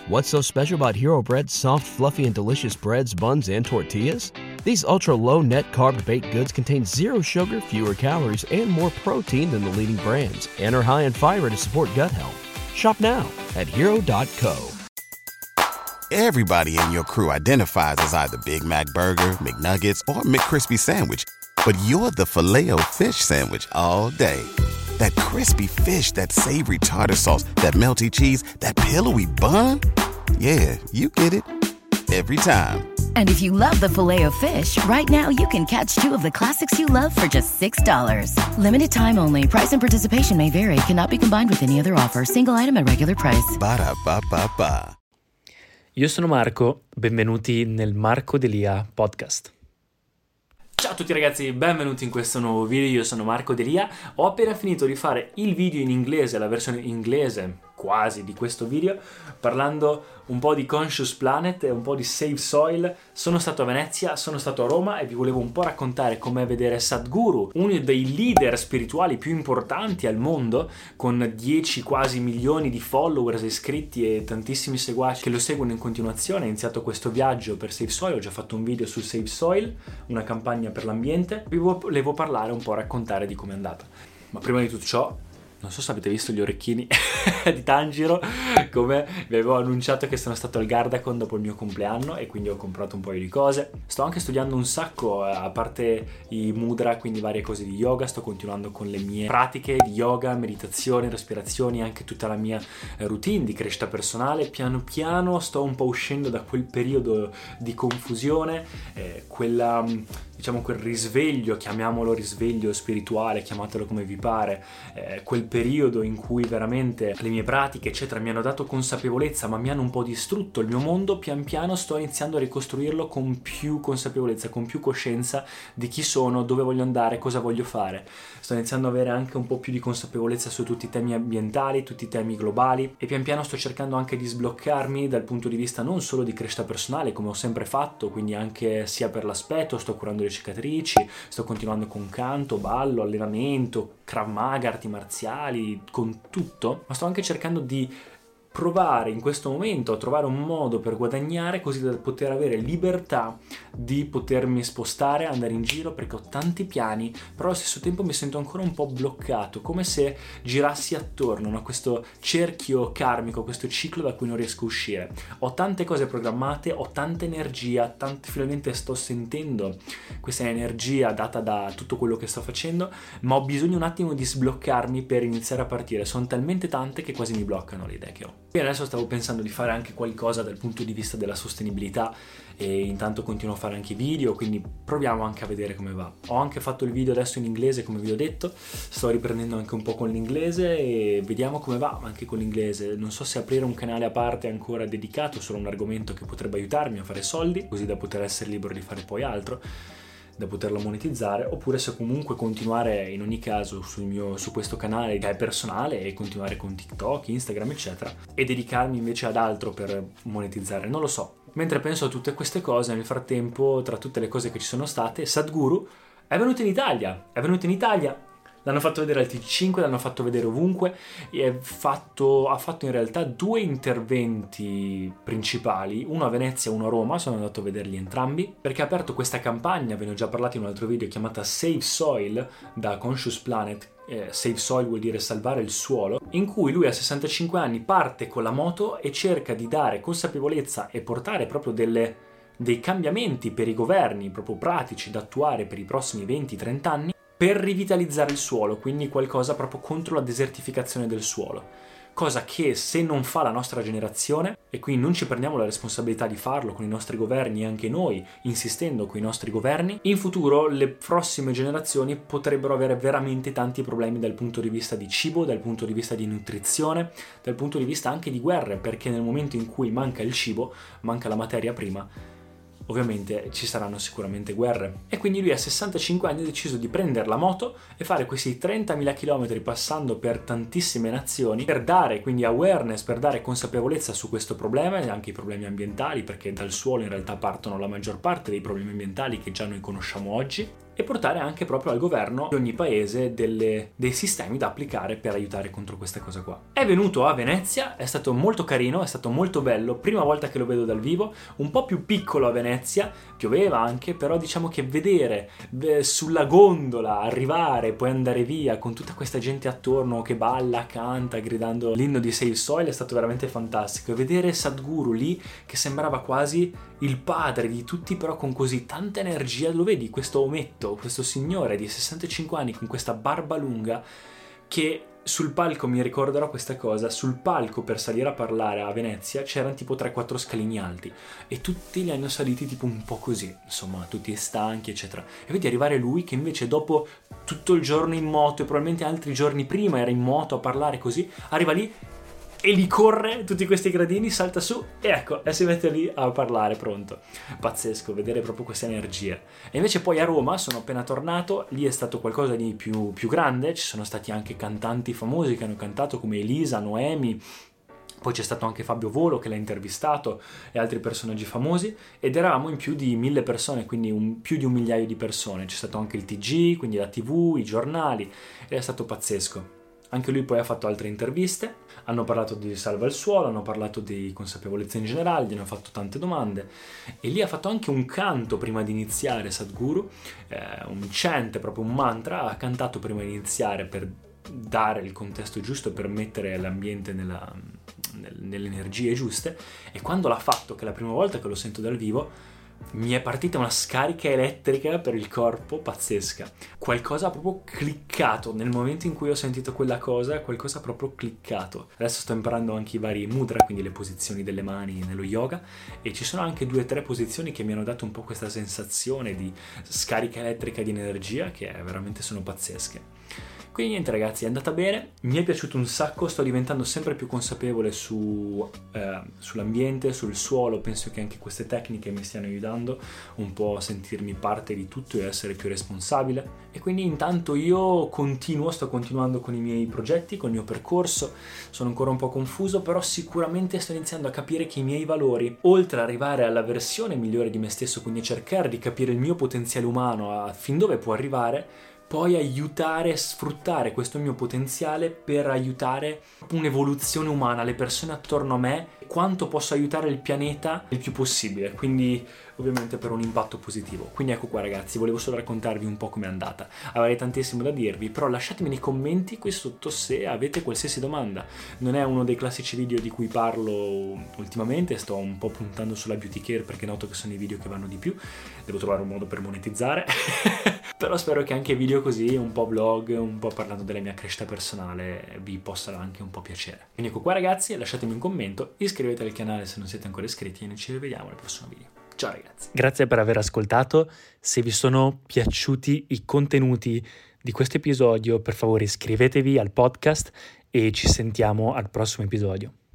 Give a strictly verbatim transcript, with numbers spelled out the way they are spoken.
What's so special about Hero Bread's soft, fluffy, and delicious breads, buns, and tortillas? These ultra-low net-carb baked goods contain zero sugar, fewer calories, and more protein than the leading brands, and are high in fiber to support gut health. Shop now at hero dot co. Everybody in your crew identifies as either Big Mac Burger, McNuggets, or McCrispy Sandwich. But you're the Filet-O-Fish Sandwich all day. That crispy fish, that savory tartar sauce, that melty cheese, that pillowy bun. Yeah, you get it. Every time. And if you love the Filet-O-Fish, right now you can catch two of the classics you love for just six dollars. Limited time only. Price and participation may vary. Cannot be combined with any other offer. Single item at regular price. Ba-da-ba-ba-ba. Io sono Marco, benvenuti nel Marco Delia podcast. Ciao a tutti ragazzi, benvenuti in questo nuovo video, io sono Marco Delia. Ho appena finito di fare il video in inglese, la versione inglese quasi di questo video, parlando un po' di Conscious Planet e un po' di Save Soil. Sono stato a Venezia, sono stato a Roma e vi volevo un po' raccontare com'è vedere Sadhguru, uno dei leader spirituali più importanti al mondo, con dieci quasi milioni di followers iscritti e tantissimi seguaci che lo seguono in continuazione. Ha iniziato questo viaggio per Save Soil, ho già fatto un video su Save Soil, una campagna per l'ambiente. Vi volevo parlare un po', raccontare di com'è andata. Ma prima di tutto ciò, non so se avete visto gli orecchini di Tanjiro, come vi avevo annunciato che sono stato al Gardacon dopo il mio compleanno e quindi ho comprato un paio di cose. Sto anche studiando un sacco, a parte i mudra, quindi varie cose di yoga, sto continuando con le mie pratiche di yoga, meditazione, respirazioni, anche tutta la mia routine di crescita personale. Piano piano sto un po' uscendo da quel periodo di confusione, eh, quella... diciamo quel risveglio, chiamiamolo risveglio spirituale, chiamatelo come vi pare, eh, quel periodo in cui veramente le mie pratiche eccetera mi hanno dato consapevolezza ma mi hanno un po' distrutto il mio mondo. Pian piano sto iniziando a ricostruirlo con più consapevolezza, con più coscienza di chi sono, dove voglio andare, cosa voglio fare. Sto iniziando ad avere anche un po' più di consapevolezza su tutti i temi ambientali, tutti i temi globali, e pian piano sto cercando anche di sbloccarmi dal punto di vista non solo di crescita personale, come ho sempre fatto, quindi anche sia per l'aspetto, sto curando le cicatrici, sto continuando con canto, ballo, allenamento, Krav Maga, arti marziali, con tutto, ma sto anche cercando di provare in questo momento a trovare un modo per guadagnare così da poter avere libertà di potermi spostare, andare in giro, perché ho tanti piani, però allo stesso tempo mi sento ancora un po' bloccato, come se girassi attorno a questo cerchio karmico, questo ciclo da cui non riesco a uscire. Ho tante cose programmate, ho tanta energia, tante, finalmente sto sentendo questa energia data da tutto quello che sto facendo, ma ho bisogno un attimo di sbloccarmi per iniziare a partire. Sono talmente tante che quasi mi bloccano le idee che ho. E adesso stavo pensando di fare anche qualcosa dal punto di vista della sostenibilità e intanto continuo a fare anche video, quindi proviamo anche a vedere come va. Ho anche fatto il video adesso in inglese, come vi ho detto, sto riprendendo anche un po' con l'inglese e vediamo come va anche con l'inglese. Non so se aprire un canale a parte ancora dedicato solo a un argomento che potrebbe aiutarmi a fare soldi, così da poter essere libero di fare poi altro, da poterlo monetizzare, oppure se comunque continuare in ogni caso sul mio, su questo canale che è personale e continuare con TikTok, Instagram eccetera e dedicarmi invece ad altro per monetizzare, non lo so. Mentre penso a tutte queste cose, nel frattempo, tra tutte le cose che ci sono state, Sadhguru è venuto in Italia, è venuto in Italia l'hanno fatto vedere al T cinque, l'hanno fatto vedere ovunque e è fatto, ha fatto in realtà due interventi principali, uno a Venezia e uno a Roma. Sono andato a vederli entrambi perché ha aperto questa campagna, ve ne ho già parlato in un altro video, chiamata Save Soil da Conscious Planet. Eh, Save Soil vuol dire salvare il suolo, in cui lui a sessantacinque anni parte con la moto e cerca di dare consapevolezza e portare proprio delle, dei cambiamenti per i governi proprio pratici da attuare per i prossimi venti trenta anni, per rivitalizzare il suolo, quindi qualcosa proprio contro la desertificazione del suolo, cosa che se non fa la nostra generazione, e quindi non ci prendiamo la responsabilità di farlo con i nostri governi e anche noi insistendo con i nostri governi, in futuro le prossime generazioni potrebbero avere veramente tanti problemi dal punto di vista di cibo, dal punto di vista di nutrizione, dal punto di vista anche di guerre, perché nel momento in cui manca il cibo, manca la materia prima, ovviamente ci saranno sicuramente guerre. E quindi lui a sessantacinque anni ha deciso di prendere la moto e fare questi trentamila chilometri passando per tantissime nazioni per dare quindi awareness, per dare consapevolezza su questo problema e anche i problemi ambientali, perché dal suolo in realtà partono la maggior parte dei problemi ambientali che già noi conosciamo oggi. e portare anche proprio al governo di ogni paese delle, dei sistemi da applicare per aiutare contro questa cosa qua. È venuto a Venezia, è stato molto carino, è stato molto bello, prima volta che lo vedo dal vivo, un po' più piccolo a Venezia, pioveva anche, però diciamo che vedere eh, sulla gondola arrivare, poi andare via con tutta questa gente attorno che balla, canta, gridando l'inno di Save Soil è stato veramente fantastico, e vedere Sadhguru lì che sembrava quasi il padre di tutti, però con così tanta energia. Lo vedi, questo ometto, questo signore di sessantacinque anni con questa barba lunga che sul palco, mi ricorderò questa cosa, sul palco per salire a parlare a Venezia c'erano tipo tre quattro scalini alti e tutti li hanno saliti tipo un po' così, insomma tutti stanchi eccetera, e vedi arrivare lui che invece dopo tutto il giorno in moto e probabilmente altri giorni prima era in moto a parlare così, arriva lì e li corre tutti questi gradini, salta su e ecco, e si mette lì a parlare pronto. Pazzesco vedere proprio questa energia. E invece poi a Roma sono appena tornato, lì è stato qualcosa di più, più grande, ci sono stati anche cantanti famosi che hanno cantato come Elisa, Noemi, poi c'è stato anche Fabio Volo che l'ha intervistato e altri personaggi famosi, ed eravamo in più di mille persone, quindi un, più di un migliaio di persone. C'è stato anche il T G, quindi la tivù, i giornali, ed è stato pazzesco. Anche lui poi ha fatto altre interviste, hanno parlato di Salva il Suolo, hanno parlato di consapevolezza in generale, gli hanno fatto tante domande, e lì ha fatto anche un canto prima di iniziare Sadhguru, eh, un chant, proprio un mantra, ha cantato prima di iniziare per dare il contesto giusto, per mettere l'ambiente nella, nelle energie giuste, e quando l'ha fatto, che è la prima volta che lo sento dal vivo, mi è partita una scarica elettrica per il corpo pazzesca. Qualcosa ha proprio cliccato nel momento in cui ho sentito quella cosa, qualcosa ha proprio cliccato. Adesso sto imparando anche i vari mudra, quindi le posizioni delle mani nello yoga, e ci sono anche due o tre posizioni che mi hanno dato un po' questa sensazione di scarica elettrica, di energia, che veramente sono pazzesche. Quindi niente ragazzi, è andata bene, mi è piaciuto un sacco, sto diventando sempre più consapevole su, eh, sull'ambiente, sul suolo. Penso che anche queste tecniche mi stiano aiutando un po' a sentirmi parte di tutto e essere più responsabile. E quindi intanto io continuo, sto continuando con i miei progetti, con il mio percorso, sono ancora un po' confuso, però sicuramente sto iniziando a capire che i miei valori, oltre ad arrivare alla versione migliore di me stesso, quindi a cercare di capire il mio potenziale umano, a fin dove può arrivare, poi aiutare, sfruttare questo mio potenziale per aiutare un'evoluzione umana, le persone attorno a me, quanto posso aiutare il pianeta il più possibile, quindi ovviamente per un impatto positivo. Quindi ecco qua ragazzi, volevo solo raccontarvi un po' com'è andata, avrei tantissimo da dirvi, però lasciatemi nei commenti qui sotto se avete qualsiasi domanda. Non è uno dei classici video di cui parlo ultimamente, sto un po' puntando sulla beauty care perché noto che sono i video che vanno di più, devo trovare un modo per monetizzare però spero che anche video così, un po' vlog, un po' parlando della mia crescita personale, vi possano anche un po' piacere. Quindi ecco qua ragazzi, lasciatemi un commento, iscrivetevi al canale se non siete ancora iscritti e noi ci rivediamo al prossimo video. Ciao ragazzi. Grazie per aver ascoltato. Se vi sono piaciuti i contenuti di questo episodio, per favore iscrivetevi al podcast e ci sentiamo al prossimo episodio.